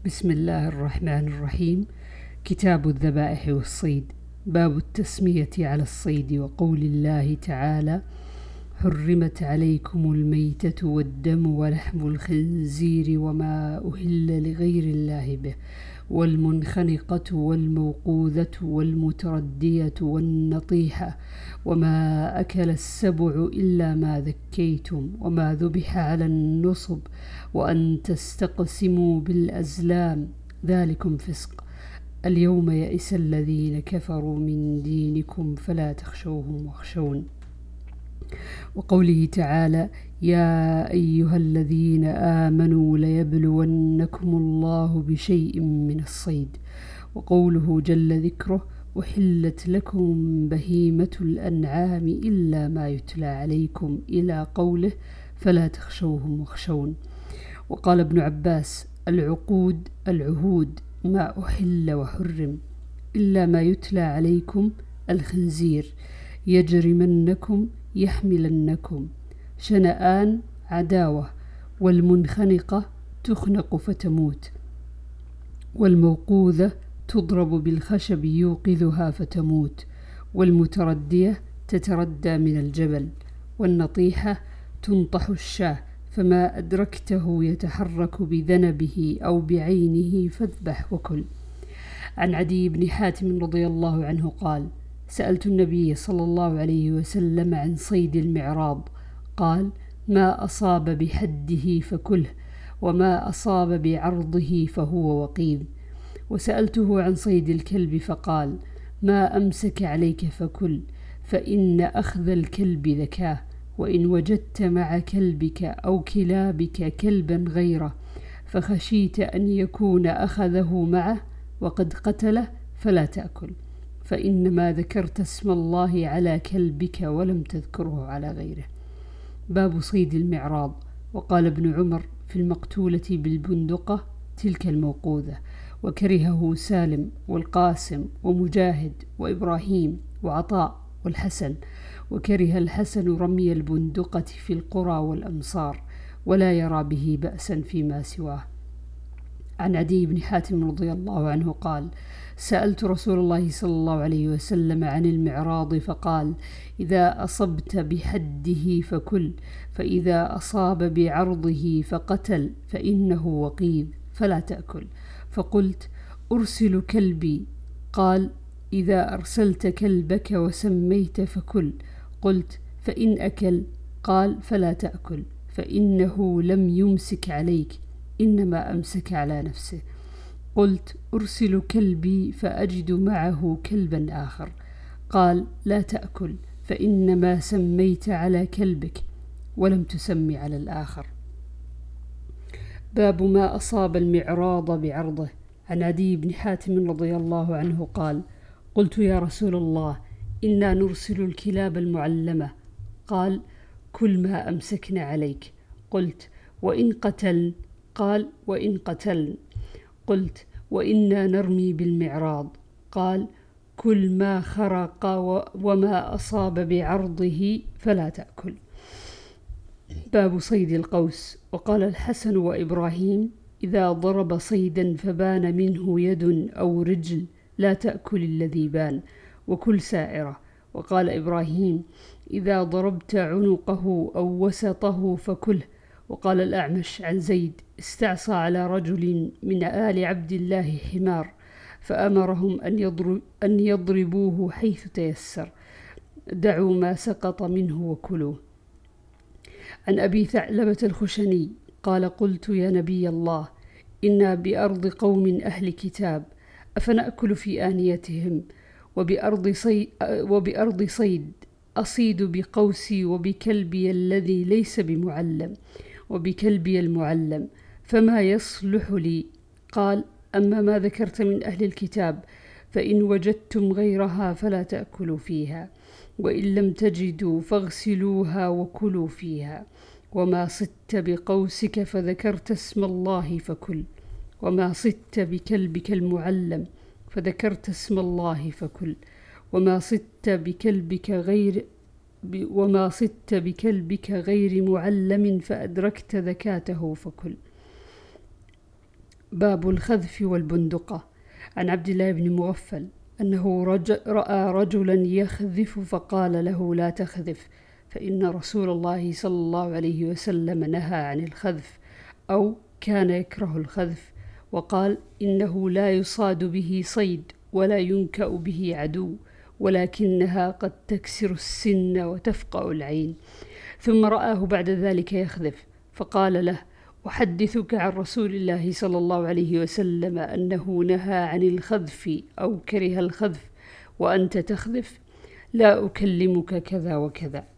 بسم الله الرحمن الرحيم. كتاب الذبائح والصيد. باب التسمية على الصيد، وقول الله تعالى: حرمت عليكم الميتة والدم ولحم الخنزير وما أهل لغير الله به، والمنخنقة والموقوذة والمتردية والنطيحة وما أكل السبع إلا ما ذكيتم وما ذبح على النصب وأن تستقسموا بالأزلام، ذلكم فسق. اليوم يئس الذين كفروا من دينكم فلا تخشوهم واخشون. وقوله تعالى: يا أيها الذين آمنوا ليبلونكم الله بشيء من الصيد. وقوله جل ذكره: أحلت لكم بهيمة الأنعام إلا ما يتلى عليكم، إلى قوله: فلا تخشوهم واخشون. وقال ابن عباس: العهود ما أحل وحرم إلا ما يتلى عليكم الخنزير، يجرمنكم يحملنكم، شنآن عداوة، والمنخنقة تخنق فتموت، والموقوذة تضرب بالخشب يوقظها فتموت، والمتردية تتردى من الجبل، والنطيحة تنطح الشاة، فما أدركته يتحرك بذنبه أو بعينه فاذبح وكل. عن عدي بن حاتم رضي الله عنه قال: سألت النبي صلى الله عليه وسلم عن صيد المعراض، قال: ما أصاب بحده فكله، وما أصاب بعرضه فهو وقيذ. وسألته عن صيد الكلب فقال: ما أمسك عليك فكل، فإن أخذ الكلب ذكاه، وإن وجدت مع كلبك أو كلابك كلبا غيره فخشيت أن يكون أخذه معه وقد قتله فلا تأكل، فإنما ذكرت اسم الله على كلبك ولم تذكره على غيره. باب صيد المعراض. وقال ابن عمر في المقتولة بالبندقة: تلك الموقوذة. وكرهه سالم والقاسم ومجاهد وإبراهيم وعطاء والحسن. وكره الحسن رمي البندقة في القرى والأمصار، ولا يرى به بأسا فيما سواه. عن عدي بن حاتم رضي الله عنه قال: سألت رسول الله صلى الله عليه وسلم عن المعراض فقال: إذا أصبت بحده فكل، فإذا أصاب بعرضه فقتل فإنه وقيذ فلا تأكل. فقلت: أرسل كلبي؟ قال: إذا أرسلت كلبك وسميت فكل. قلت: فإن أكل؟ قال: فلا تأكل، فإنه لم يمسك عليك، إنما أمسك على نفسه. قلت: أرسل كلبي فأجد معه كلبا آخر. قال: لا تأكل، فإنما سميت على كلبك ولم تسمي على الآخر. باب ما أصاب المعراض بعرضه. عن عدي بن حاتم رضي الله عنه قال: قلت: يا رسول الله، إنا نرسل الكلاب المعلمة. قال: كل ما أمسكنا عليك. قلت: وإن قتل؟ قال: وإن قتل. قلت: وإنا نرمي بالمعراض. قال: كل ما خرق وما أصاب بعرضه فلا تأكل. باب صيد القوس. وقال الحسن وإبراهيم: إذا ضرب صيدا فبان منه يد أو رجل لا تأكل الذي بان، وكل سائرة. وقال إبراهيم: إذا ضربت عنقه أو وسطه فكله. وقال الأعمش عن زيد: استعصى على رجل من آل عبد الله حمار، فأمرهم أن يضربوه حيث تيسر، دعوا ما سقط منه وكلوه. عن أبي ثعلبة الخشني قال: قلت: يا نبي الله، إنا بأرض قوم أهل كتاب، أفنأكل في آنيتهم؟ وبأرض صيد أصيد بقوسي وبكلبي الذي ليس بمعلم وبكلبي المعلم، فما يصلح لي؟ قال: أما ما ذكرت من أهل الكتاب فإن وجدتم غيرها فلا تأكلوا فيها، وإن لم تجدوا فاغسلوها وكلوا فيها. وما صدت بقوسك فذكرت اسم الله فكل، وما صدت بكلبك المعلم فذكرت اسم الله فكل، وما صدت بكلبك غير معلم فأدركت ذكاته فكل. باب الخذف والبندقة. عن عبد الله بن مغفل أنه رأى رجلا يخذف فقال له: لا تخذف، فإن رسول الله صلى الله عليه وسلم نهى عن الخذف، أو كان يكره الخذف، وقال: إنه لا يصاد به صيد ولا ينكأ به عدو، ولكنها قد تكسر السن وتفقأ العين. ثم رآه بعد ذلك يخذف فقال له: أحدثك عن رسول الله صلى الله عليه وسلم أنه نهى عن الخذف أو كره الخذف وأنت تخذف؟ لا أكلمك كذا وكذا.